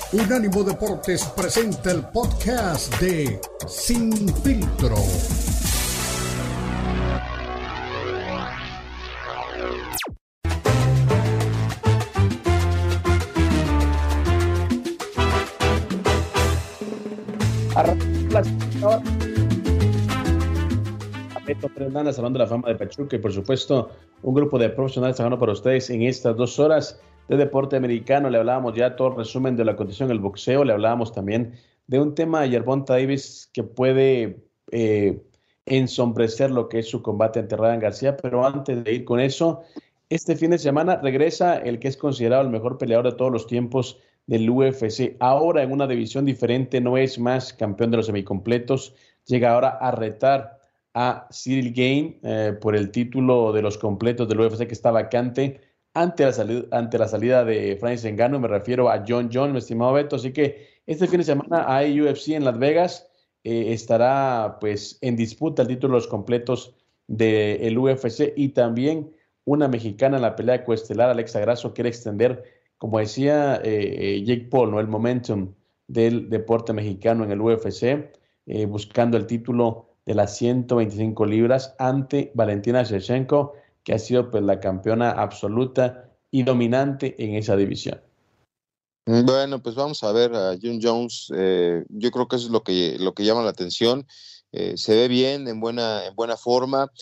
Unánimo Deportes presenta el podcast de Sin Filtro. Beto Fernández, Salón de la Fama de Pachuca, y por supuesto un grupo de profesionales trabajando para ustedes en estas 2 horas de deporte americano. Le hablábamos ya todo el resumen de la condición del boxeo, le hablábamos también de un tema de Gervonta Davis que puede ensombrecer lo que es su combate ante Ryan García, pero antes de ir con eso, este fin de semana regresa el que es considerado el mejor peleador de todos los tiempos del UFC, ahora en una división diferente, no es más campeón de los semicompletos, llega ahora a retar a Ciryl Gane por el título de los completos del UFC que está vacante ante la salida de Francis Ngannou. Me refiero a John Jones, mi estimado Beto. Así que este fin de semana hay UFC en Las Vegas. Estará pues en disputa el título de los completos del UFC, y también una mexicana en la pelea coestelar. Alexa Grasso quiere extender, como decía Jake Paul, ¿no?, el momentum del deporte mexicano en el UFC, buscando el título de las 125 libras ante Valentina Shevchenko, que ha sido pues la campeona absoluta y dominante en esa división. Bueno, pues vamos a ver a John Jones. Yo creo que eso es lo que llama la atención. Se ve bien, en buena forma.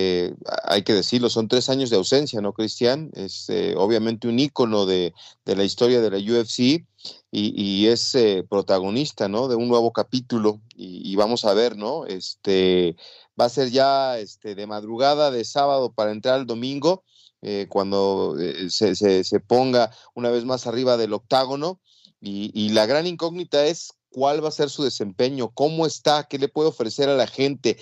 Hay que decirlo, son 3 años de ausencia, ¿no, Cristian? Es obviamente un ícono de la historia de la UFC y es protagonista, ¿no?, de un nuevo capítulo, y vamos a ver, ¿no? Va a ser ya de madrugada de sábado para entrar al domingo, cuando se ponga una vez más arriba del octágono, y la gran incógnita es cuál va a ser su desempeño, cómo está, qué le puede ofrecer a la gente.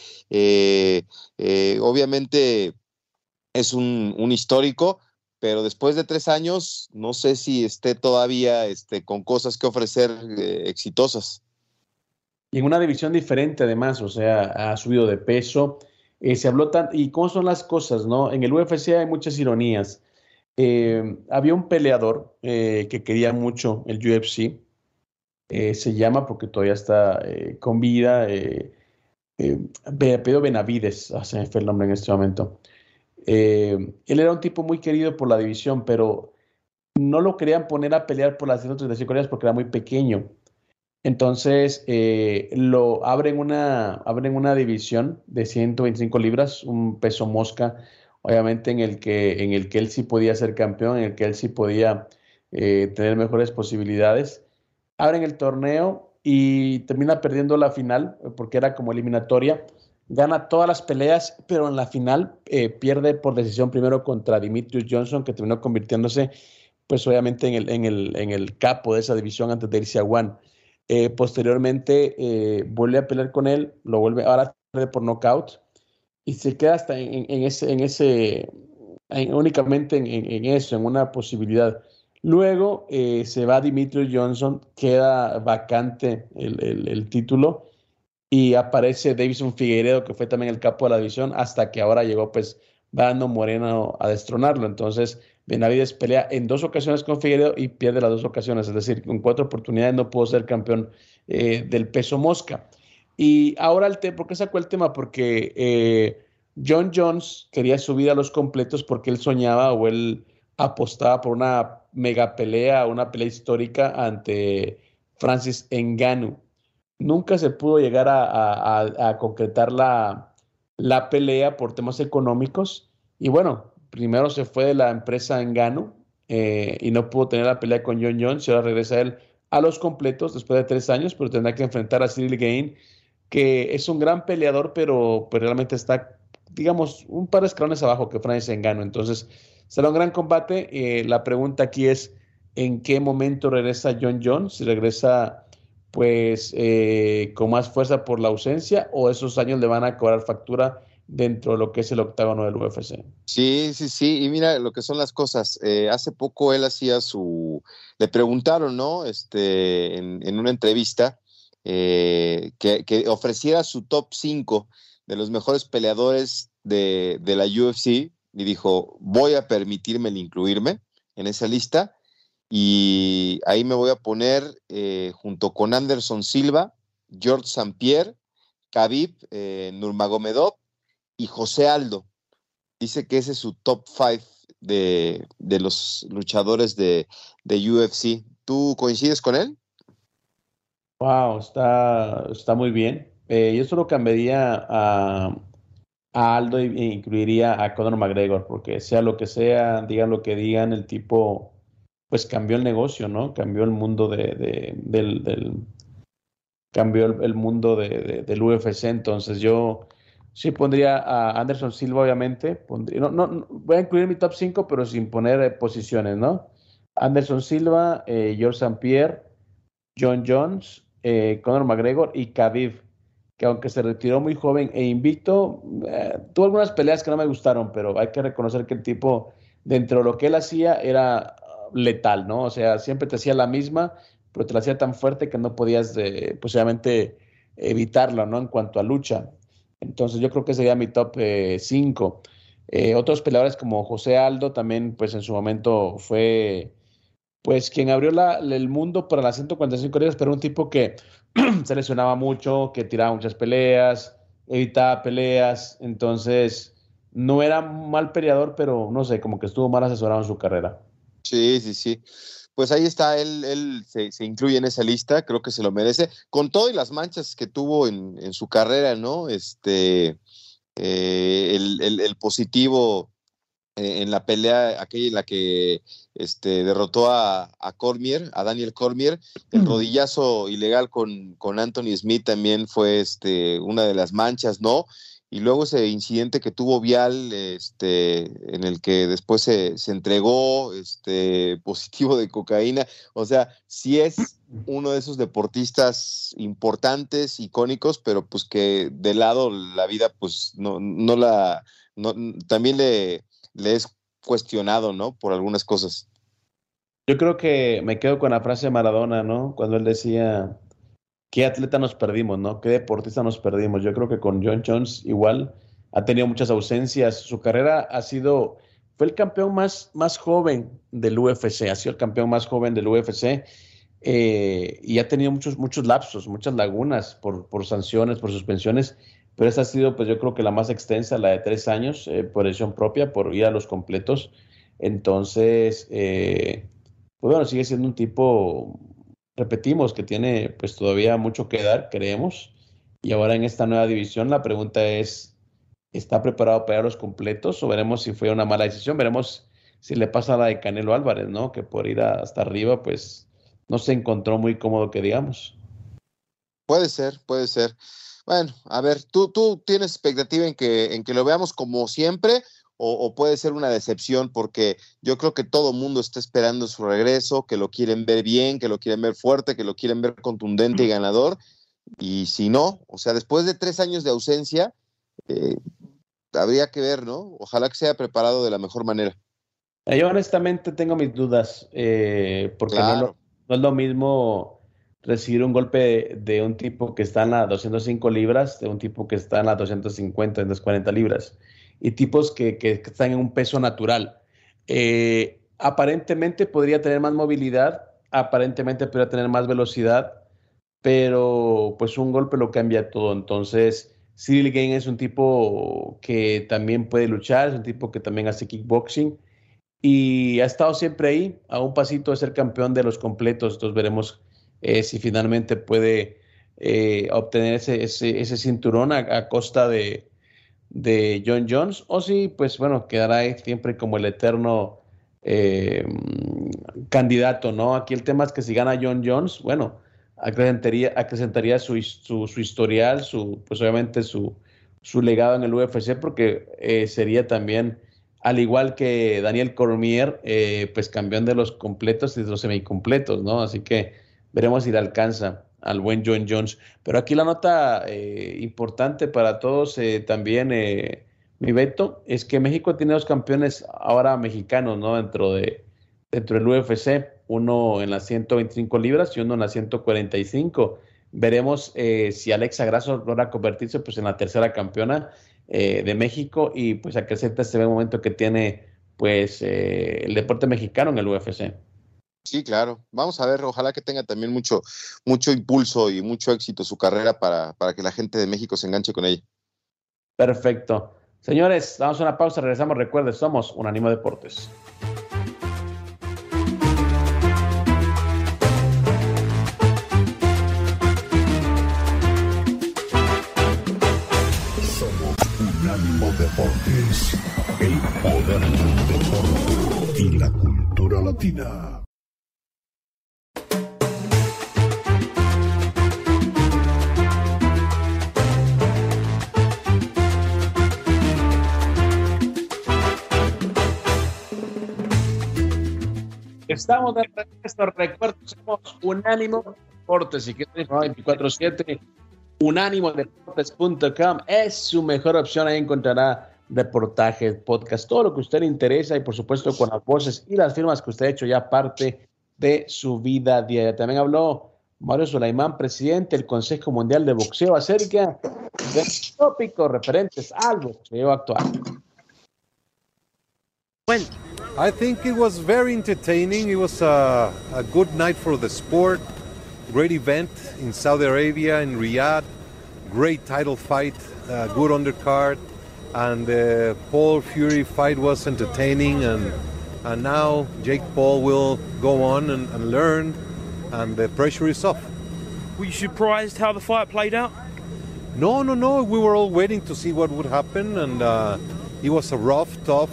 Obviamente es un histórico, pero después de 3 años no sé si esté todavía con cosas que ofrecer exitosas. Y en una división diferente además, o sea, ha subido de peso. Se habló tanto, y cómo son las cosas, ¿no? En el UFC hay muchas ironías. Había un peleador que quería mucho el UFC, se llama, porque todavía está con vida, Pedro Benavides, se me fue el nombre en este momento. Él era un tipo muy querido por la división, pero no lo querían poner a pelear por las 135 libras porque era muy pequeño. Entonces lo abren una división de 125 libras, un peso mosca, obviamente en el que él sí podía ser campeón, en el que él sí podía tener mejores posibilidades. Abren el torneo y termina perdiendo la final, porque era como eliminatoria. Gana todas las peleas, pero en la final pierde por decisión primero contra Demetrius Johnson, que terminó convirtiéndose, pues obviamente en el capo de esa división antes de irse a One. Posteriormente vuelve a pelear con él, lo vuelve, ahora pierde por knockout, y se queda hasta únicamente en eso, en una posibilidad. Luego se va Demetrius Johnson, queda vacante el título, y aparece Davison Figueiredo, que fue también el capo de la división, hasta que ahora llegó pues Brandon Moreno a destronarlo. Entonces Benavides pelea en 2 ocasiones con Figueiredo y pierde las 2 ocasiones, es decir, en 4 oportunidades no pudo ser campeón del peso mosca. Y ahora ¿por qué sacó el tema? Porque John Jones quería subir a los completos porque él soñaba, o él apostaba por una mega pelea, una pelea histórica ante Francis Ngannou. Nunca se pudo llegar a concretar la pelea por temas económicos. Y bueno, primero se fue de la empresa Ngannou y no pudo tener la pelea con John Jones. Y ahora regresa él a los completos después de 3 años, pero tendrá que enfrentar a Ciryl Gane, que es un gran peleador, pero realmente está, digamos, un par de escalones abajo que Francis Ngannou. Entonces será un gran combate. La pregunta aquí es: ¿en qué momento regresa John Jones? Si regresa pues con más fuerza por la ausencia, o esos años le van a cobrar factura dentro de lo que es el octágono del UFC. Sí, y mira lo que son las cosas. Hace poco él le preguntaron, ¿no? En una entrevista, que ofreciera su top 5 de los mejores peleadores de la UFC, y dijo: voy a permitirme el incluirme en esa lista. y ahí me voy a poner junto con Anderson Silva, George St. Pierre, Khabib Nurmagomedov y José Aldo. Dice que ese es su top 5 de los luchadores de UFC. ¿Tú coincides con él? Wow, está muy bien. Yo solo cambiaría a Aldo e incluiría a Conor McGregor, porque sea lo que sea, digan lo que digan, el tipo pues cambió el negocio, ¿no? Cambió el mundo cambió el mundo del UFC. Entonces yo sí pondría a Anderson Silva, obviamente. Voy a incluir mi top 5 pero sin poner posiciones, ¿no? Anderson Silva, George St. Pierre, John Jones, Conor McGregor y Khabib, que aunque se retiró muy joven e invicto, tuvo algunas peleas que no me gustaron, pero hay que reconocer que el tipo, dentro de lo que él hacía, era letal, ¿no? O sea, siempre te hacía la misma, pero te la hacía tan fuerte que no podías, pues obviamente, evitarlo, ¿no? En cuanto a lucha. Entonces yo creo que sería mi top 5. Otros peleadores como José Aldo también, pues en su momento fue pues quien abrió el mundo para las 145 libras, pero un tipo que se lesionaba mucho, que tiraba muchas peleas, evitaba peleas, entonces no era un mal peleador, pero no sé, como que estuvo mal asesorado en su carrera. Sí, sí, sí. Pues ahí está, él se incluye en esa lista, creo que se lo merece, con todo y las manchas que tuvo en su carrera, ¿no? El positivo en la pelea aquella en la que derrotó a Cormier, a Daniel Cormier, el rodillazo ilegal con Anthony Smith también fue una de las manchas, ¿no? Y luego ese incidente que tuvo Vial, en el que después se entregó, positivo de cocaína. O sea, sí es uno de esos deportistas importantes, icónicos, pero pues que de lado la vida, pues también le es cuestionado, ¿no? Por algunas cosas. Yo creo que me quedo con la frase de Maradona, ¿no? Cuando él decía, ¿qué atleta nos perdimos, no? ¿Qué deportista nos perdimos? Yo creo que con John Jones igual ha tenido muchas ausencias. Su carrera fue el campeón más joven del UFC, ha sido el campeón más joven del UFC. Y ha tenido muchos lapsos, muchas lagunas por sanciones, por suspensiones, pero esta ha sido, pues yo creo que la más extensa, la de 3 años, por decisión propia, por ir a los completos. Entonces, pues bueno, sigue siendo un tipo, repetimos, que tiene pues todavía mucho que dar, creemos, y ahora en esta nueva división la pregunta es, ¿está preparado para ir a los completos o veremos si fue una mala decisión? Veremos si le pasa a la de Canelo Álvarez, ¿no? Que por ir hasta arriba, pues no se encontró muy cómodo que digamos. Puede ser, puede ser. Bueno, a ver, ¿tú tienes expectativa en que lo veamos como siempre o puede ser una decepción? Porque yo creo que todo mundo está esperando su regreso, que lo quieren ver bien, que lo quieren ver fuerte, que lo quieren ver contundente y ganador. Y si no, o sea, después de 3 años de ausencia, eh, habría que ver, ¿no? Ojalá que sea preparado de la mejor manera. Yo honestamente tengo mis dudas, porque Claro. no es lo mismo recibir un golpe de un tipo que está en las 205 libras, de un tipo que está en las 250, en las 40 libras, y tipos que están en un peso natural. Aparentemente podría tener más movilidad, aparentemente podría tener más velocidad, pero pues un golpe lo cambia todo. Entonces, Cyril Gane es un tipo que también puede luchar, es un tipo que también hace kickboxing y ha estado siempre ahí, a un pasito de ser campeón de los completos. Entonces veremos si finalmente puede obtener ese cinturón a costa de John Jones, o si, pues bueno, quedará ahí siempre como el eterno candidato, ¿no? Aquí el tema es que si gana John Jones, bueno, acrecentaría su historial, pues obviamente su legado en el UFC, porque sería también, al igual que Daniel Cormier, pues campeón de los completos y de los semicompletos, ¿no? Así que veremos si le alcanza al buen John Jones. Pero aquí la nota importante para todos también, mi Beto, es que México tiene dos campeones ahora mexicanos, ¿no? Dentro del UFC, uno en las 125 libras y uno en las 145. Veremos si Alexa Grasso logra convertirse pues, en la tercera campeona de México y pues acrecenta este momento que tiene pues el deporte mexicano en el UFC. Sí, claro. Vamos a ver, ojalá que tenga también mucho impulso y mucho éxito su carrera para que la gente de México se enganche con ella. Perfecto. Señores, damos una pausa, regresamos. Recuerden, somos Unánimo Deportes. Unánimo Deportes, el poder del deporte y la cultura latina. Estamos de regreso. Recuerden, somos Unánimo Deportes y que 24/7 unánimodeportes.com es su mejor opción. Ahí encontrará reportajes, podcast, todo lo que a usted le interesa y por supuesto con las voces y las firmas que usted ha hecho ya parte de su vida diaria. También habló Mario Sulaimán, presidente del Consejo Mundial de Boxeo, acerca de tópicos referentes al boxeo actual. Bueno, I think it was very entertaining. It was a good night for the sport. Great event in Saudi Arabia, in Riyadh. Great title fight, good undercard. And the Paul Fury fight was entertaining. And now Jake Paul will go on and learn. And the pressure is off. Were you surprised how the fight played out? No. We were all waiting to see what would happen. And it was a rough, tough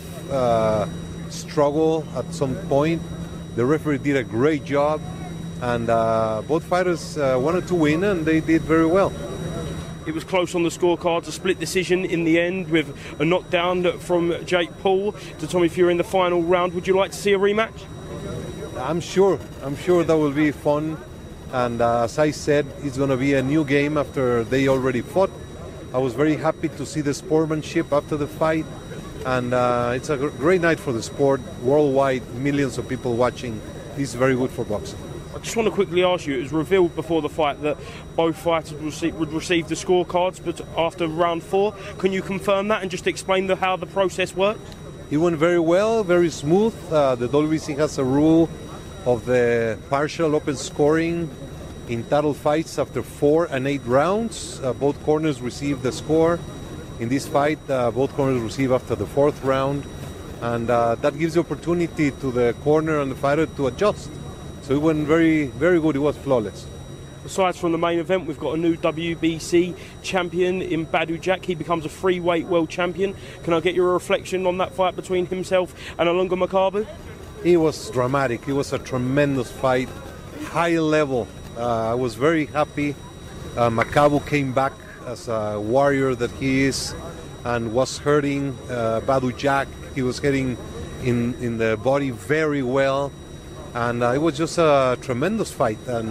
struggle at some point. The referee did a great job. And both fighters wanted to win, and they did very well. It was close on the scorecards, a split decision in the end with a knockdown from Jake Paul to Tommy Fury in the final round. Would you like to see a rematch? I'm sure that will be fun. And as I said, it's going to be a new game after they already fought. I was very happy to see the sportsmanship after the fight. And it's a great night for the sport. Worldwide, millions of people watching. This is very good for boxing. I just want to quickly ask you, it was revealed before the fight that both fighters would receive the scorecards, but after round 4, can you confirm that and just explain how the process works? It went very well, very smooth. The WBC has a rule of the partial open scoring in title fights after 4 and 8 rounds. Both corners receive the score. In this fight, both corners receive after the 4th round, and that gives the opportunity to the corner and the fighter to adjust. So it went very, very good. It was flawless. Besides from the main event, we've got a new WBC champion in Badou Jack. He becomes a free-weight world champion. Can I get your reflection on that fight between himself and Alunga Makabu? It was dramatic. It was a tremendous fight, high level. I was very happy. Makabu came back as a warrior that he is and was hurting Badou Jack. He was hitting in the body very well. And it was just a tremendous fight. And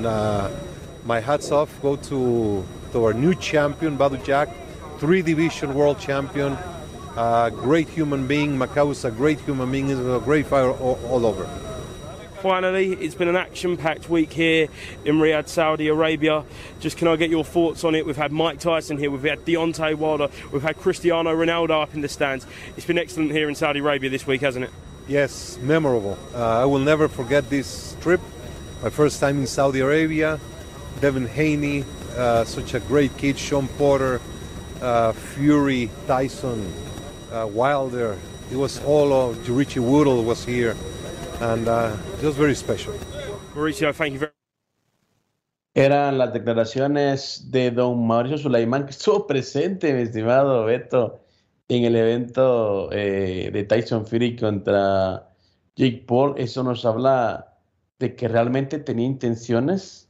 my hats off go to our new champion, Badou Jack, 3-division world champion, great human being. Macau is a great human being. He's a great fighter all over. Finally, it's been an action-packed week here in Riyadh, Saudi Arabia. Just can I get your thoughts on it? We've had Mike Tyson here, we've had Deontay Wilder, we've had Cristiano Ronaldo up in the stands. It's been excellent here in Saudi Arabia this week, hasn't it? Yes, memorable. I will never forget this trip. My first time in Saudi Arabia. Devin Haney, such a great kid. Sean Porter, Fury, Tyson, Wilder. It was all of Richie Woodall was here. And it was very special. Mauricio, thank you very much. Eran las declaraciones de don Mauricio Sulaimán, que estuvo presente, mi estimado Beto, en el evento de Tyson Fury contra Jake Paul. Eso nos habla de que realmente tenía intenciones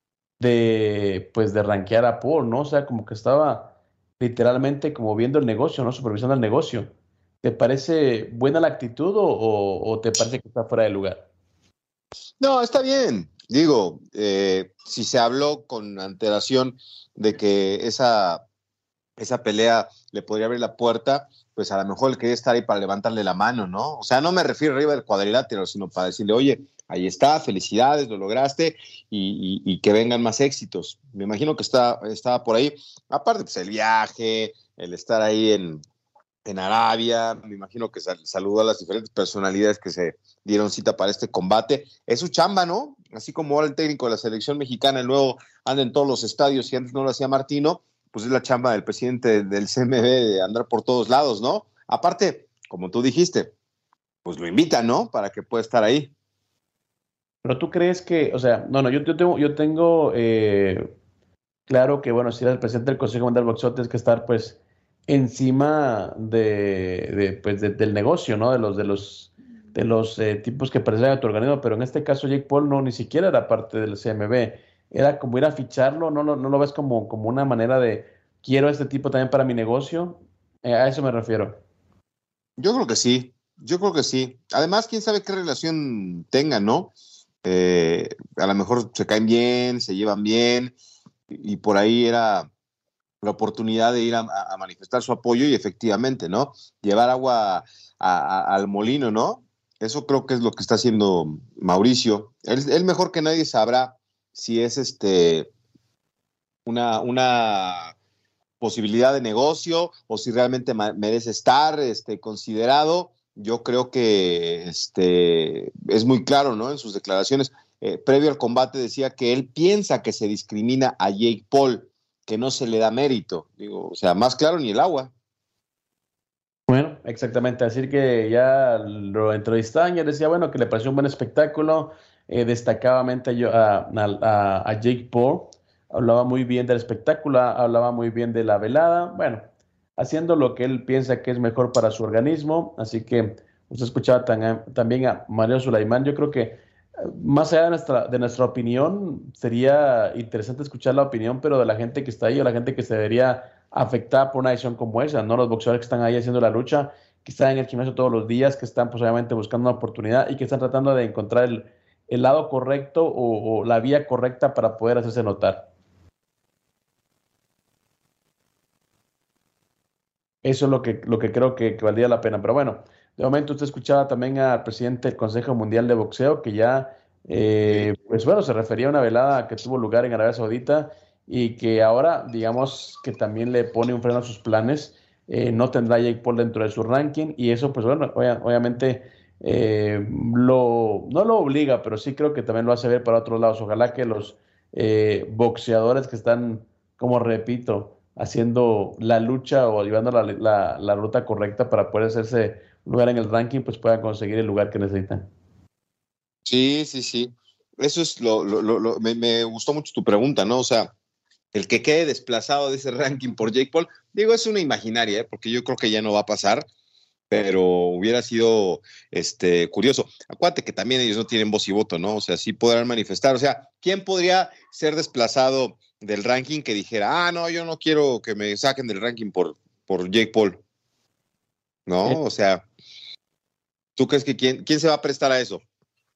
de rankear a Paul, ¿no? O sea, como que estaba literalmente como viendo el negocio, ¿no? Supervisando el negocio. ¿Te parece buena la actitud o te parece que está fuera de lugar? No, está bien. Digo, si se habló con antelación de que esa pelea le podría abrir la puerta, pues a lo mejor él quería estar ahí para levantarle la mano, ¿no? O sea, no me refiero arriba del cuadrilátero, sino para decirle, oye, ahí está, felicidades, lo lograste y que vengan más éxitos. Me imagino que estaba por ahí. Aparte, pues el viaje, el estar ahí en en Arabia, me imagino que saludó a las diferentes personalidades que se dieron cita para este combate. Es su chamba, ¿no? Así como ahora el técnico de la selección mexicana, el nuevo anda en todos los estadios y antes no lo hacía Martino, pues es la chamba del presidente del CMB de andar por todos lados, ¿no? Aparte, como tú dijiste, pues lo invitan, ¿no? Para que pueda estar ahí. Pero tú crees que, o sea, yo tengo claro que, bueno, si eres el presidente del Consejo Mundial de Boxeo, tienes que estar, pues, encima del negocio, ¿no? De los tipos que persiguen a tu organismo, pero en este caso Jake Paul no, ni siquiera era parte del CMB, era como ir a ficharlo, no lo ves como una manera de, quiero a este tipo también para mi negocio, a eso me refiero. Yo creo que sí. Además, quién sabe qué relación tengan, ¿no? A lo mejor se caen bien, se llevan bien, y por ahí era la oportunidad de ir a manifestar su apoyo y efectivamente, ¿no? Llevar agua al molino, ¿no? Eso creo que es lo que está haciendo Mauricio. Él mejor que nadie sabrá si es una posibilidad de negocio o si realmente merece estar considerado. Yo creo que es muy claro, ¿no? En sus declaraciones. Previo al combate decía que él piensa que se discrimina a Jake Paul, que no se le da mérito. Digo, o sea, más claro ni el agua. Bueno, exactamente. Así que ya lo entrevistaban y él decía, bueno, que le pareció un buen espectáculo. Destacadamente a Jake Paul. Hablaba muy bien del espectáculo, hablaba muy bien de la velada. Bueno, haciendo lo que él piensa que es mejor para su organismo. Así que usted escuchaba también a Mario Sulaimán. Yo creo que más allá de nuestra opinión, sería interesante escuchar la opinión, pero de la gente que está ahí o la gente que se vería afectada por una decisión como esa, ¿no? Los boxeadores que están ahí haciendo la lucha, que están en el gimnasio todos los días, que están pues obviamente buscando una oportunidad y que están tratando de encontrar el lado correcto o la vía correcta para poder hacerse notar. Eso es lo que creo que valdría la pena. Pero bueno, de momento usted escuchaba también al presidente del Consejo Mundial de Boxeo, que ya, pues bueno, se refería a una velada que tuvo lugar en Arabia Saudita y que ahora, digamos, que también le pone un freno a sus planes. No tendrá Jake Paul dentro de su ranking y eso, pues bueno, obviamente no lo obliga, pero sí creo que también lo hace ver para otros lados. Ojalá que los boxeadores que están, como repito, haciendo la lucha o llevando la ruta correcta para poder hacerse lugar en el ranking, pues puedan conseguir el lugar que necesitan. Sí. Eso es me gustó mucho tu pregunta, ¿no? O sea, el que quede desplazado de ese ranking por Jake Paul, digo, es una imaginaria, porque yo creo que ya no va a pasar, pero hubiera sido curioso. Acuérdate que también ellos no tienen voz y voto, ¿no? O sea, sí podrán manifestar. O sea, ¿quién podría ser desplazado del ranking que dijera, no, yo no quiero que me saquen del ranking por Jake Paul? ¿No? O sea, ¿tú crees que quién se va a prestar a eso?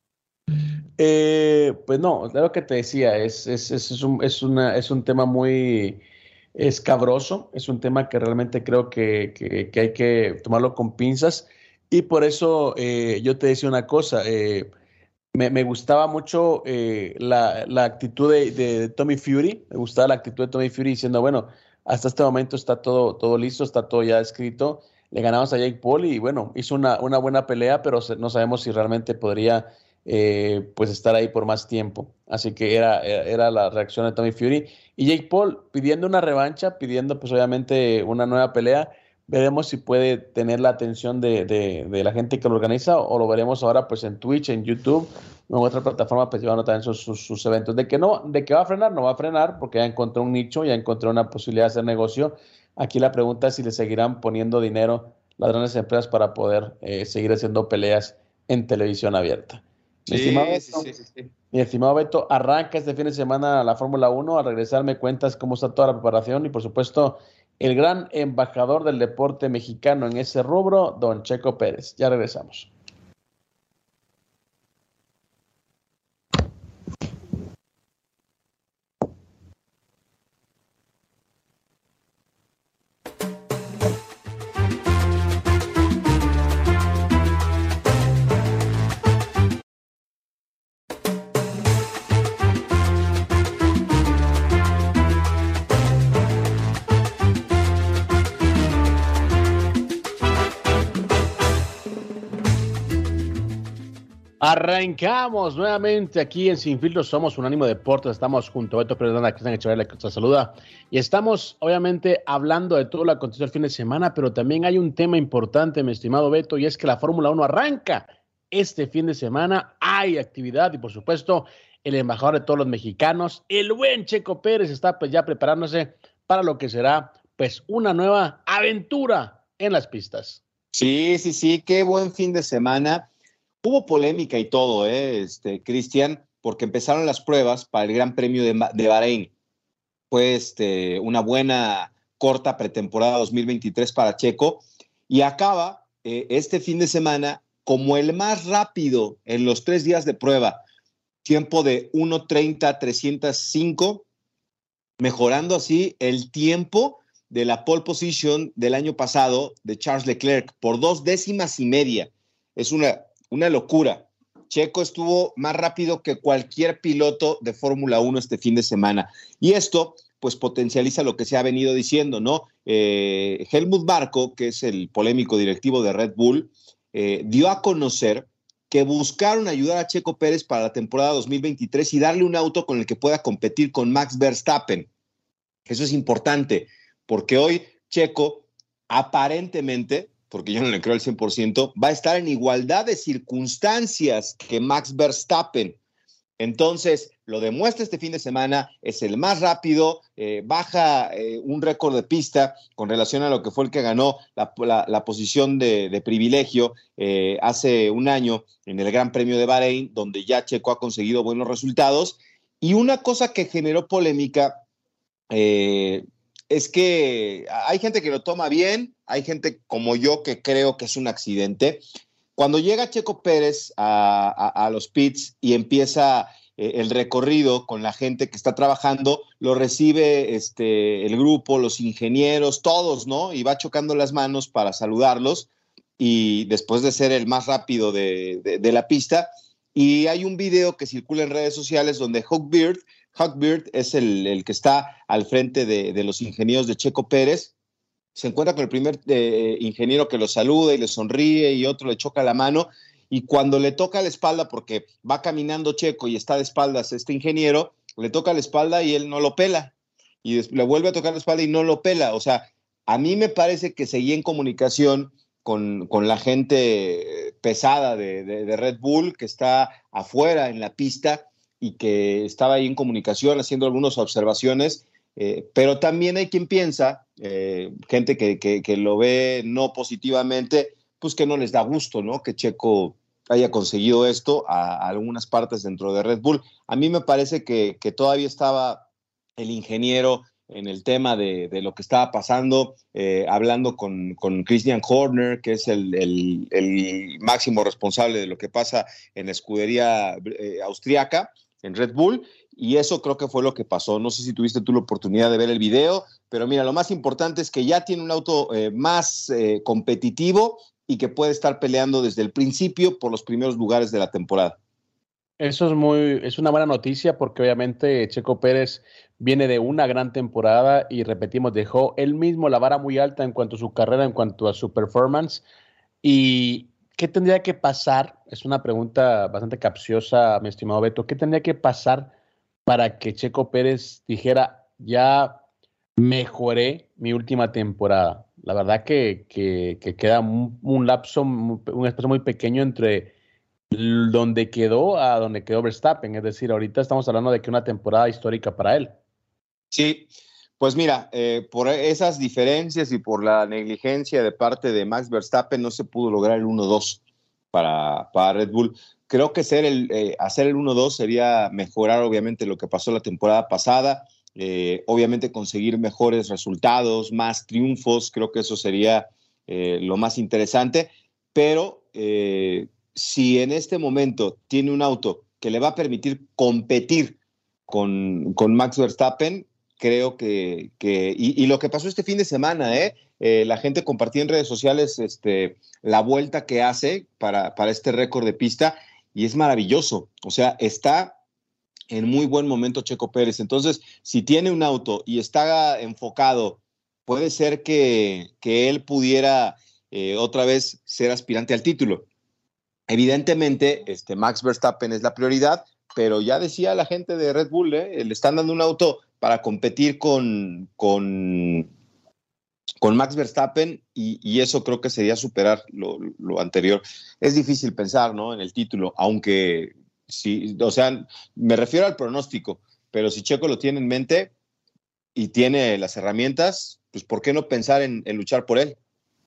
Pues no, es lo que te decía, es un tema muy escabroso, es un tema que realmente creo que hay que tomarlo con pinzas y por eso yo te decía una cosa, me gustaba mucho la actitud de Tommy Fury, me gustaba la actitud de Tommy Fury diciendo, bueno, hasta este momento está todo listo, está todo ya escrito, le ganamos a Jake Paul y bueno, hizo una buena pelea, pero no sabemos si realmente podría pues estar ahí por más tiempo. Así que era la reacción de Tommy Fury. Y Jake Paul pidiendo una revancha, pidiendo pues obviamente una nueva pelea. Veremos si puede tener la atención de la gente que lo organiza o lo veremos ahora pues en Twitch, en YouTube o en otra plataforma pues llevando también sus eventos. De que va a frenar, no va a frenar porque ya encontró un nicho, ya encontró una posibilidad de hacer negocio. Aquí la pregunta es si le seguirán poniendo dinero las grandes empresas para poder seguir haciendo peleas en televisión abierta. Sí. Mi estimado Beto, arranca este fin de semana la Fórmula 1. Al regresar me cuentas cómo está toda la preparación y, por supuesto, el gran embajador del deporte mexicano en ese rubro, don Checo Pérez. Ya regresamos. Arrancamos nuevamente aquí en Sin Filtros, somos Unánimo Deportes, estamos junto a Beto Pérez, Cristian Echeverría, que te saluda, y estamos obviamente hablando de todo lo que aconteció el fin de semana, pero también hay un tema importante, mi estimado Beto, y es que la Fórmula 1 arranca este fin de semana, hay actividad y por supuesto el embajador de todos los mexicanos, el buen Checo Pérez, está pues ya preparándose para lo que será pues una nueva aventura en las pistas. Sí, qué buen fin de semana. Hubo polémica y todo, Cristian, porque empezaron las pruebas para el Gran Premio de Bahrein. Fue una buena corta pretemporada 2023 para Checo y acaba este fin de semana como el más rápido en los 3 días de prueba. Tiempo de 1:30.305, mejorando así el tiempo de la pole position del año pasado de Charles Leclerc por 2 décimas y media. Es una locura. Checo estuvo más rápido que cualquier piloto de Fórmula 1 este fin de semana. Y esto, pues, potencializa lo que se ha venido diciendo, ¿no? Helmut Marko, que es el polémico directivo de Red Bull, dio a conocer que buscaron ayudar a Checo Pérez para la temporada 2023 y darle un auto con el que pueda competir con Max Verstappen. Eso es importante, porque hoy Checo aparentemente, porque yo no le creo al 100%, va a estar en igualdad de circunstancias que Max Verstappen. Entonces, lo demuestra este fin de semana, es el más rápido, baja un récord de pista con relación a lo que fue el que ganó la posición de privilegio hace un año en el Gran Premio de Bahrein, donde ya Checo ha conseguido buenos resultados. Y una cosa que generó polémica es que hay gente que lo toma bien, hay gente como yo que creo que es un accidente. Cuando llega Checo Pérez a los pits y empieza el recorrido con la gente que está trabajando, lo recibe el grupo, los ingenieros, todos, ¿no? Y va chocando las manos para saludarlos, y después de ser el más rápido de la pista. Y hay un video que circula en redes sociales donde Hawk Beard es el que está al frente de los ingenieros de Checo Pérez. Se encuentra con el primer ingeniero que lo saluda y le sonríe, y otro le choca la mano, y cuando le toca la espalda, porque va caminando Checo y está de espaldas este ingeniero, le toca la espalda y él no lo pela, y le vuelve a tocar la espalda y no lo pela. O sea, a mí me parece que seguía en comunicación con la gente pesada de Red Bull, que está afuera en la pista, y que estaba ahí en comunicación haciendo algunas observaciones, pero también hay quien piensa, gente que lo ve no positivamente, pues que no les da gusto, ¿no? Que Checo haya conseguido esto a algunas partes dentro de Red Bull. A mí me parece que todavía estaba el ingeniero en el tema de lo que estaba pasando, hablando con Christian Horner, que es el máximo responsable de lo que pasa en la escudería austriaca, en Red Bull, y eso creo que fue lo que pasó. No sé si tuviste tú la oportunidad de ver el video, pero mira, lo más importante es que ya tiene un auto más competitivo y que puede estar peleando desde el principio por los primeros lugares de la temporada. Eso es una buena noticia, porque obviamente Checo Pérez viene de una gran temporada y, repetimos, dejó él mismo la vara muy alta en cuanto a su carrera, en cuanto a su performance. ¿Y qué tendría que pasar? Es una pregunta bastante capciosa, mi estimado Beto. ¿Qué tendría que pasar para que Checo Pérez dijera, ya mejoré mi última temporada? La verdad que queda un lapso, un espacio muy pequeño entre donde quedó a donde quedó Verstappen. Es decir, ahorita estamos hablando de que una temporada histórica para él. Sí, pues mira, por esas diferencias y por la negligencia de parte de Max Verstappen no se pudo lograr el 1-2 para Red Bull. Creo que hacer el 1-2 sería mejorar obviamente lo que pasó la temporada pasada, obviamente conseguir mejores resultados, más triunfos. Creo que eso sería lo más interesante, pero si en este momento tiene un auto que le va a permitir competir con Max Verstappen, creo que y lo que pasó este fin de semana, la gente compartía en redes sociales la vuelta que hace para este récord de pista, y es maravilloso. O sea, está en muy buen momento Checo Pérez. Entonces, si tiene un auto y está enfocado, puede ser que él pudiera otra vez ser aspirante al título. Evidentemente, Max Verstappen es la prioridad, pero ya decía la gente de Red Bull, le están dando un auto para competir con Max Verstappen y eso creo que sería superar lo anterior. Es difícil pensar, ¿no?, en el título, aunque sí, o sea, me refiero al pronóstico, pero si Checo lo tiene en mente y tiene las herramientas, pues ¿por qué no pensar en luchar por él?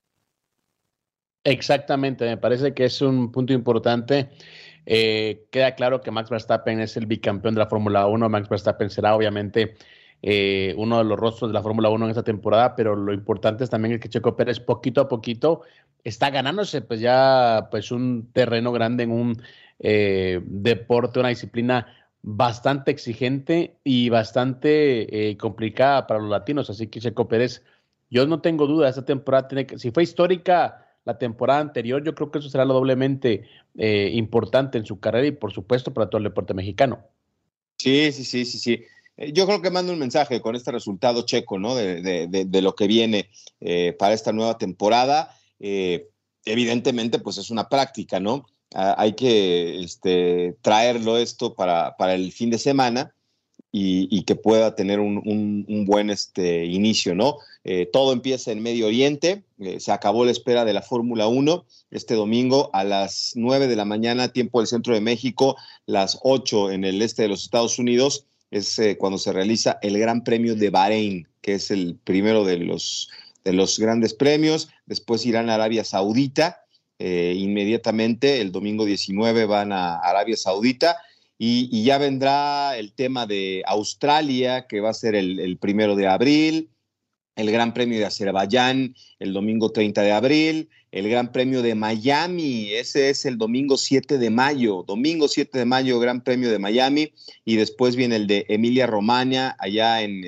Exactamente, me parece que es un punto importante. Queda claro que Max Verstappen es el bicampeón de la Fórmula 1. Max Verstappen será obviamente uno de los rostros de la Fórmula 1 en esta temporada, pero lo importante es también que Checo Pérez poquito a poquito está ganándose pues ya pues un terreno grande en un deporte, una disciplina bastante exigente y bastante complicada para los latinos. Así que Checo Pérez, yo no tengo duda, esta temporada tiene que, si fue histórica la temporada anterior, yo creo que eso será lo doblemente importante en su carrera y por supuesto para todo el deporte mexicano. Sí. Yo creo que manda un mensaje con este resultado Checo, ¿no? De lo que viene para esta nueva temporada. Evidentemente, pues es una práctica, ¿no? Hay que traerlo esto para el fin de semana y que pueda tener un buen inicio, ¿no? Todo empieza en Medio Oriente, se acabó la espera de la Fórmula 1 este domingo a las 9 de la mañana, tiempo del centro de México, las 8 en el este de los Estados Unidos, es cuando se realiza el Gran Premio de Bahrein, que es el primero de los grandes premios. Después irán a Arabia Saudita, inmediatamente el domingo 19 van a Arabia Saudita, y ya vendrá el tema de Australia, que va a ser el 1 de abril, el Gran Premio de Azerbaiyán el domingo 30 de abril, el Gran Premio de Miami, ese es el domingo 7 de mayo, Gran Premio de Miami, y después viene el de Emilia-Romagna, allá en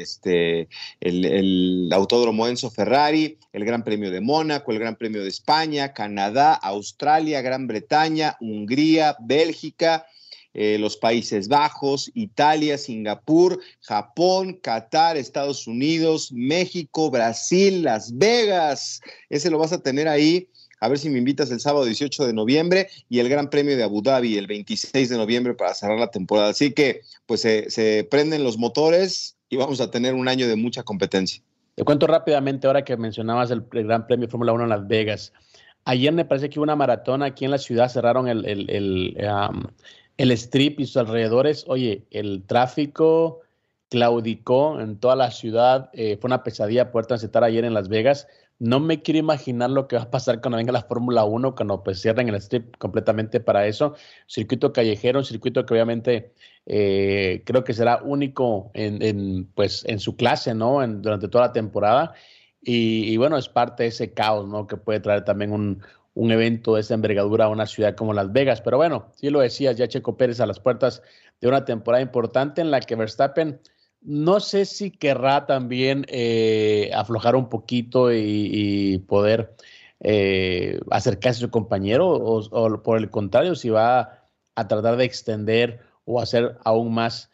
el Autódromo Enzo Ferrari, el Gran Premio de Mónaco, el Gran Premio de España, Canadá, Australia, Gran Bretaña, Hungría, Bélgica, los Países Bajos, Italia, Singapur, Japón, Qatar, Estados Unidos, México, Brasil, Las Vegas. Ese lo vas a tener ahí. A ver si me invitas el sábado 18 de noviembre y el Gran Premio de Abu Dhabi el 26 de noviembre para cerrar la temporada. Así que pues se prenden los motores y vamos a tener un año de mucha competencia. Te cuento rápidamente ahora que mencionabas el Gran Premio Fórmula 1 en Las Vegas. Ayer me parece que hubo una maratón aquí en la ciudad, cerraron el Strip y sus alrededores. Oye, el tráfico claudicó en toda la ciudad. Fue una pesadilla poder transitar ayer en Las Vegas. No me quiero imaginar lo que va a pasar cuando venga la Fórmula 1, cuando pues cierren el Strip completamente para eso. Circuito callejero, un circuito que obviamente creo que será único en su clase, ¿no? Durante toda la temporada. Y bueno, es parte de ese caos, ¿no? Que puede traer también un evento de esa envergadura a una ciudad como Las Vegas. Pero bueno, sí lo decías, ya Checo Pérez a las puertas de una temporada importante en la que Verstappen no sé si querrá también aflojar un poquito y poder acercarse a su compañero o por el contrario, si va a tratar de extender o hacer aún más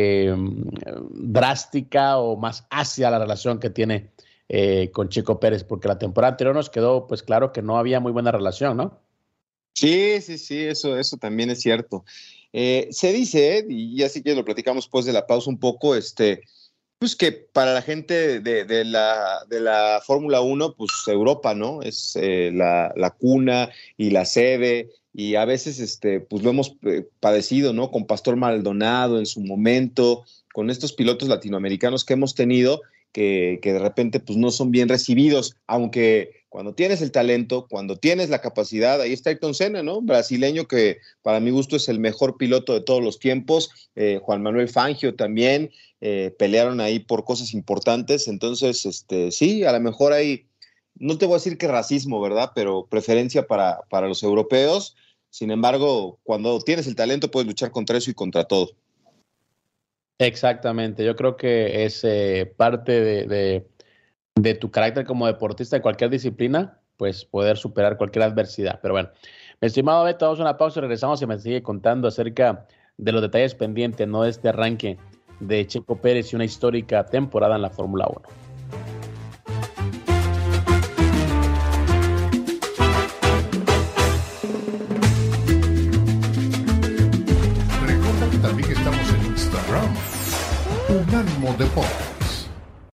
drástica o más ácida la relación que tiene con Checo Pérez, porque la temporada anterior nos quedó pues claro que no había muy buena relación, ¿no? Sí, eso también es cierto. Se dice, y así que lo platicamos después de la pausa un poco, pues que para la gente de la Fórmula 1, pues Europa, ¿no? Es la cuna y la sede, y a veces pues lo hemos padecido, ¿no? Con Pastor Maldonado en su momento, con estos pilotos latinoamericanos que hemos tenido, que de repente pues no son bien recibidos, aunque cuando tienes el talento, cuando tienes la capacidad, ahí está Ayrton Senna, ¿no? Brasileño que para mi gusto es el mejor piloto de todos los tiempos, Juan Manuel Fangio también, pelearon ahí por cosas importantes, entonces sí, a lo mejor hay, no te voy a decir que racismo, ¿verdad? Pero preferencia para los europeos, sin embargo, cuando tienes el talento puedes luchar contra eso y contra todo. Exactamente, yo creo que es parte de tu carácter como deportista de cualquier disciplina, pues poder superar cualquier adversidad. Pero bueno, mi estimado Beto, vamos a una pausa y regresamos y me sigue contando acerca de los detalles pendientes, ¿no? De este arranque de Checo Pérez y una histórica temporada en la Fórmula 1. Unánimo Deportes.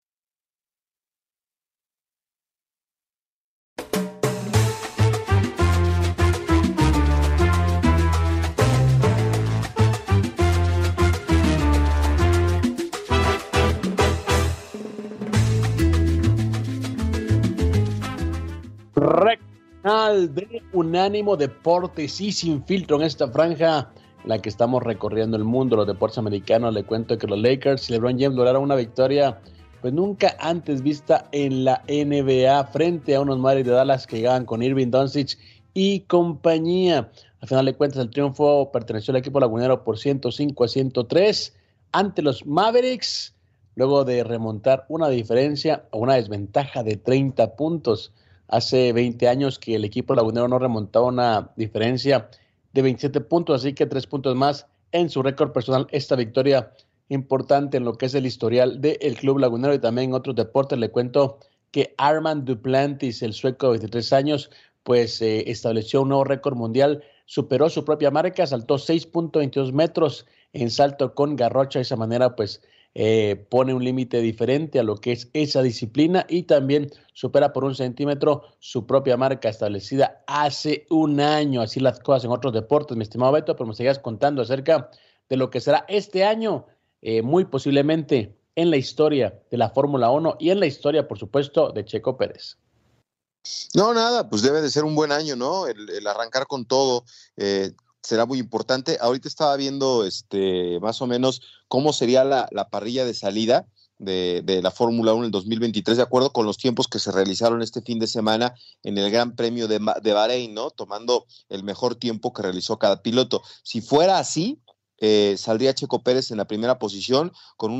Canal de Unánimo Deportes y Sin Filtro en esta franja en la que estamos recorriendo el mundo, los deportes americanos. Le cuento que los Lakers y LeBron James lograron una victoria pues nunca antes vista en la NBA frente a unos Mavericks de Dallas que llegaban con Irving, Doncic y compañía. Al final de cuentas el triunfo perteneció al equipo lagunero por 105-103 ante los Mavericks, luego de remontar una diferencia o una desventaja de 30 puntos. Hace 20 años que el equipo lagunero no remontaba una diferencia de 27 puntos, así que 3 puntos más en su récord personal. Esta victoria importante en lo que es el historial del club lagunero. Y también en otros deportes le cuento que Armand Duplantis, el sueco de 23 años, pues estableció un nuevo récord mundial, superó su propia marca, saltó 6.22 metros en salto con garrocha. De esa manera pues pone un límite diferente a lo que es esa disciplina y también supera por 1 centímetro su propia marca establecida hace un año. Así las cosas en otros deportes, mi estimado Beto, pero me seguías contando acerca de lo que será este año, muy posiblemente en la historia de la Fórmula 1 y en la historia, por supuesto, de Checo Pérez. No, nada, pues debe de ser un buen año, ¿no? El arrancar con todo. Será muy importante. Ahorita estaba viendo más o menos cómo sería la parrilla de salida de la Fórmula 1 en el 2023, de acuerdo con los tiempos que se realizaron este fin de semana en el Gran Premio de Bahrein, ¿no? Tomando el mejor tiempo que realizó cada piloto. Si fuera así, saldría Checo Pérez en la primera posición con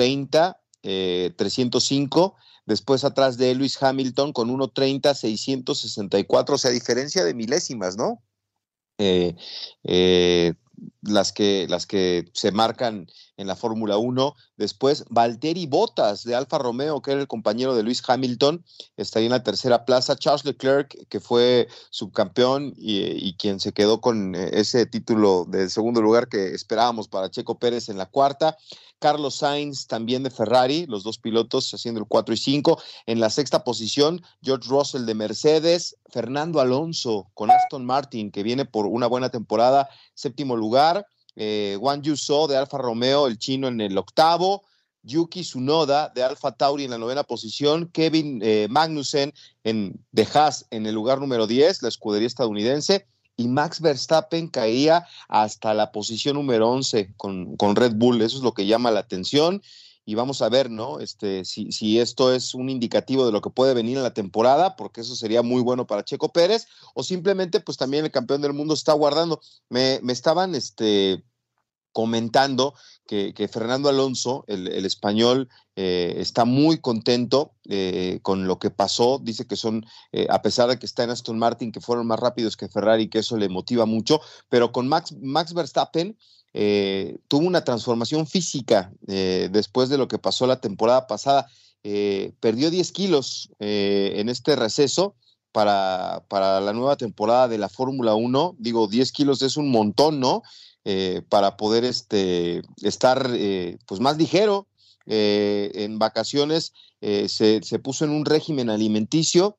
1:30.305. Después atrás de Lewis Hamilton con 1:30.664. O sea, diferencia de milésimas, ¿no? Las que se marcan en la Fórmula 1. Después Valtteri Bottas de Alfa Romeo, que era el compañero de Lewis Hamilton, está ahí en la tercera plaza. Charles Leclerc, que fue subcampeón y quien se quedó con ese título de segundo lugar que esperábamos para Checo Pérez, en la cuarta. Carlos Sainz, también de Ferrari, los dos pilotos haciendo el 4 y 5. En la sexta posición, George Russell de Mercedes. Fernando Alonso con Aston Martin, que viene por una buena temporada, séptimo lugar. Guan Yu Zhou de Alfa Romeo, el chino, en el octavo. Yuki Tsunoda de Alfa Tauri en la novena posición. Kevin Magnussen de Haas en el lugar número 10, la escudería estadounidense. Y Max Verstappen caía hasta la posición número 11 con Red Bull. Eso es lo que llama la atención. Y vamos a ver, ¿no? Si esto es un indicativo de lo que puede venir en la temporada, porque eso sería muy bueno para Checo Pérez, o simplemente, pues también el campeón del mundo se está guardando. Me estaban comentando que Fernando Alonso, el español, está muy contento con lo que pasó. Dice que son, a pesar de que está en Aston Martin, que fueron más rápidos que Ferrari, que eso le motiva mucho, pero con Max Verstappen tuvo una transformación física después de lo que pasó la temporada pasada. Perdió 10 kilos en este receso para la nueva temporada de la Fórmula 1. Digo, 10 kilos es un montón, ¿no? Para poder estar pues más ligero. En vacaciones se puso en un régimen alimenticio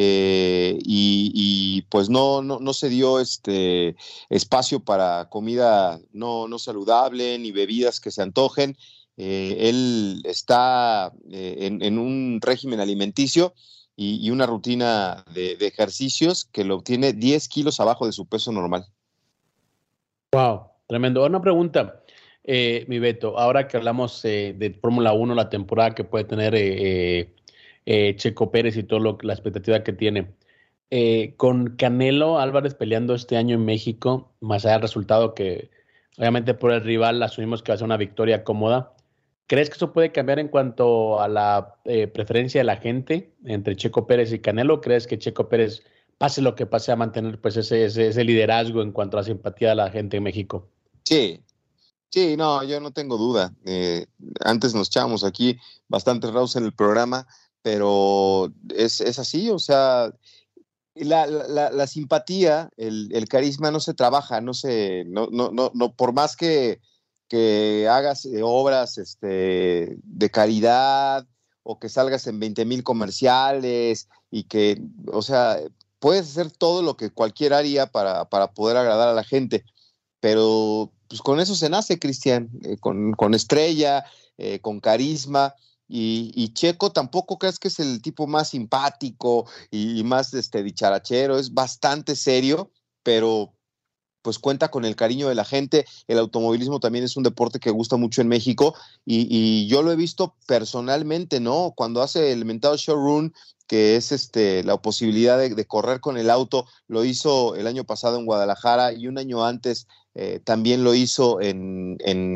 y pues no se dio espacio para comida no saludable ni bebidas que se antojen. Él está en un régimen alimenticio y una rutina de ejercicios que lo tiene 10 kilos abajo de su peso normal. Wow, tremendo. Una pregunta, mi Beto, ahora que hablamos de Fórmula 1, la temporada que puede tener Checo Pérez y todo la expectativa que tiene, con Canelo Álvarez peleando este año en México, más allá del resultado que obviamente por el rival asumimos que va a ser una victoria cómoda, ¿crees que eso puede cambiar en cuanto a la preferencia de la gente entre Checo Pérez y Canelo? ¿Crees que Checo Pérez, pase lo que pase, a mantener pues ese liderazgo en cuanto a la simpatía de la gente en México? Sí, no, yo no tengo duda. Antes nos echábamos aquí bastante raros en el programa, pero es así. O sea, la simpatía, el carisma no se trabaja, no por más que que hagas obras de caridad o que salgas en 20,000 comerciales y que, o sea, puedes hacer todo lo que cualquiera haría para poder agradar a la gente, pero pues con eso se nace, Cristian, con estrella, con carisma. Y Checo tampoco crees que es el tipo más simpático y más dicharachero, es bastante serio, pero pues cuenta con el cariño de la gente. El automovilismo también es un deporte que gusta mucho en México y yo lo he visto personalmente, ¿no? Cuando hace el mentado showroom, que es la posibilidad de correr con el auto, lo hizo el año pasado en Guadalajara y un año antes también lo hizo en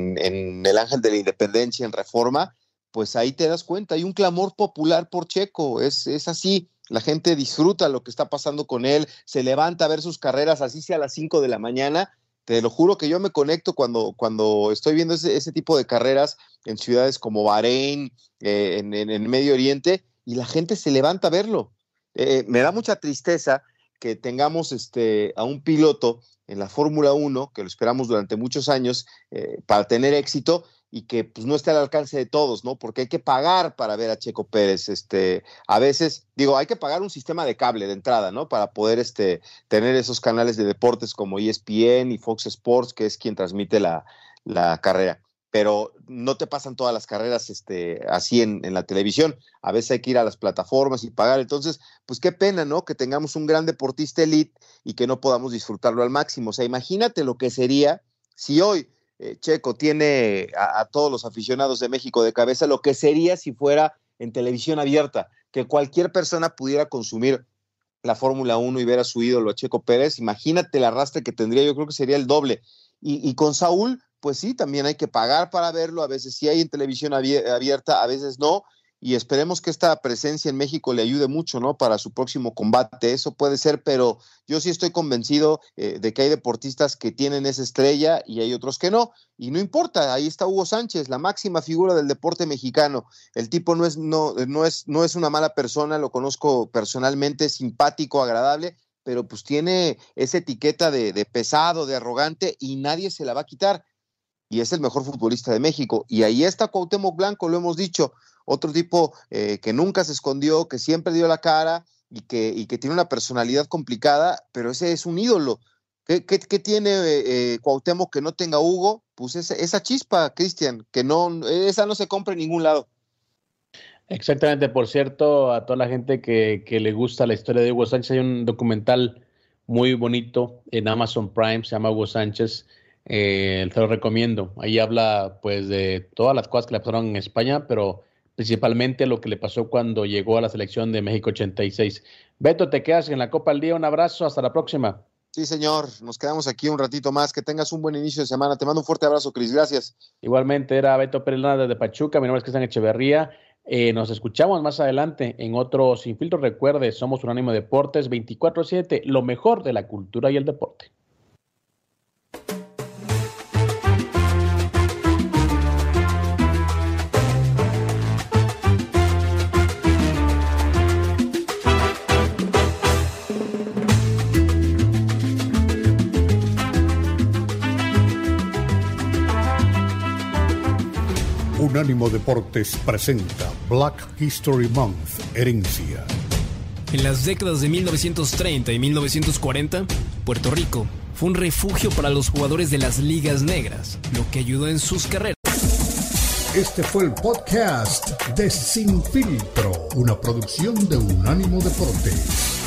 el Ángel de la Independencia en Reforma. Pues ahí te das cuenta, hay un clamor popular por Checo, es así, la gente disfruta lo que está pasando con él, se levanta a ver sus carreras, así sea a las 5 de la mañana, te lo juro que yo me conecto cuando estoy viendo ese tipo de carreras en ciudades como Bahrein, en el Medio Oriente, y la gente se levanta a verlo. Me da mucha tristeza que tengamos a un piloto en la Fórmula 1, que lo esperamos durante muchos años para tener éxito, y que pues no esté al alcance de todos, ¿no? Porque hay que pagar para ver a Checo Pérez. A veces, hay que pagar un sistema de cable de entrada, ¿no? Para poder tener esos canales de deportes como ESPN y Fox Sports, que es quien transmite la carrera. Pero no te pasan todas las carreras así en la televisión. A veces hay que ir a las plataformas y pagar. Entonces, pues qué pena, ¿no? Que tengamos un gran deportista elite y que no podamos disfrutarlo al máximo. O sea, imagínate lo que sería si hoy Checo tiene a todos los aficionados de México de cabeza, lo que sería si fuera en televisión abierta, que cualquier persona pudiera consumir la Fórmula 1 y ver a su ídolo, a Checo Pérez. Imagínate el arrastre que tendría, yo creo que sería el doble. Y con Saúl, pues sí, también hay que pagar para verlo, a veces sí hay en televisión abierta, a veces no, y esperemos que esta presencia en México le ayude mucho, ¿no? Para su próximo combate, eso puede ser, pero yo sí estoy convencido de que hay deportistas que tienen esa estrella y hay otros que no, y no importa, ahí está Hugo Sánchez, la máxima figura del deporte mexicano. El tipo no es una mala persona, lo conozco personalmente, simpático, agradable, pero pues tiene esa etiqueta de pesado, de arrogante, y nadie se la va a quitar, y es el mejor futbolista de México. Y ahí está Cuauhtémoc Blanco, lo hemos dicho, otro tipo que nunca se escondió, que siempre dio la cara y que tiene una personalidad complicada, pero ese es un ídolo. ¿Qué tiene Cuauhtémoc que no tenga Hugo? Pues esa chispa, Cristian, esa no se compra en ningún lado. Exactamente, por cierto, a toda la gente que le gusta la historia de Hugo Sánchez, hay un documental muy bonito en Amazon Prime, se llama Hugo Sánchez, te lo recomiendo. Ahí habla pues de todas las cosas que le pasaron en España, pero principalmente lo que le pasó cuando llegó a la selección de México 86. Beto, te quedas en la Copa al Día, un abrazo, hasta la próxima. Sí, señor, nos quedamos aquí un ratito más, que tengas un buen inicio de semana. Te mando un fuerte abrazo, Cris, gracias. Igualmente, era Beto Pérez Lana desde Pachuca, mi nombre es Cristian Echeverría. Nos escuchamos más adelante en otro Sin Filtro. Recuerde, somos Unánimo Deportes 24/7, lo mejor de la cultura y el deporte. Unánimo Deportes presenta Black History Month, Herencia. En las décadas de 1930 y 1940, Puerto Rico fue un refugio para los jugadores de las ligas negras, lo que ayudó en sus carreras. Este fue el podcast de Sin Filtro, una producción de Unánimo Deportes.